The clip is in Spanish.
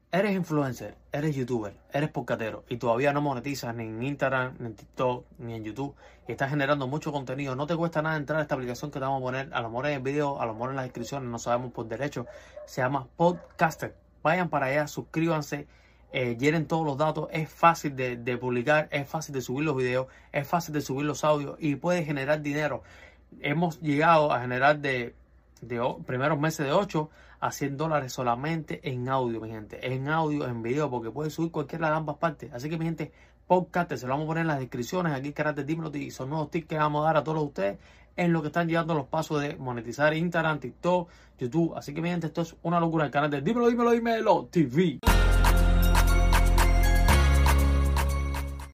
Eres influencer, eres youtuber, eres podcastero y todavía no monetizas ni en Instagram, ni en TikTok, ni en YouTube y estás generando mucho contenido. No te cuesta nada entrar a esta aplicación que te vamos a poner, a lo mejor en el video, a lo mejor en las descripciones, no sabemos por derecho. Se llama Podcaster. Vayan para allá, suscríbanse, llenen todos los datos. Es fácil de publicar, es fácil de subir los videos, es fácil de subir los audios y puedes generar dinero. Hemos llegado a generar de primeros meses de 8 a $100 solamente en audio, mi gente. En audio, en video, porque puedes subir cualquiera de ambas partes. Así que, mi gente, podcast, se lo vamos a poner en las descripciones. Aquí el canal de Dímelo y son nuevos tips que vamos a dar a todos ustedes en lo que están llegando los pasos de monetizar Instagram, TikTok, YouTube. Así que, mi gente, esto es una locura. El canal de Dímelo TV.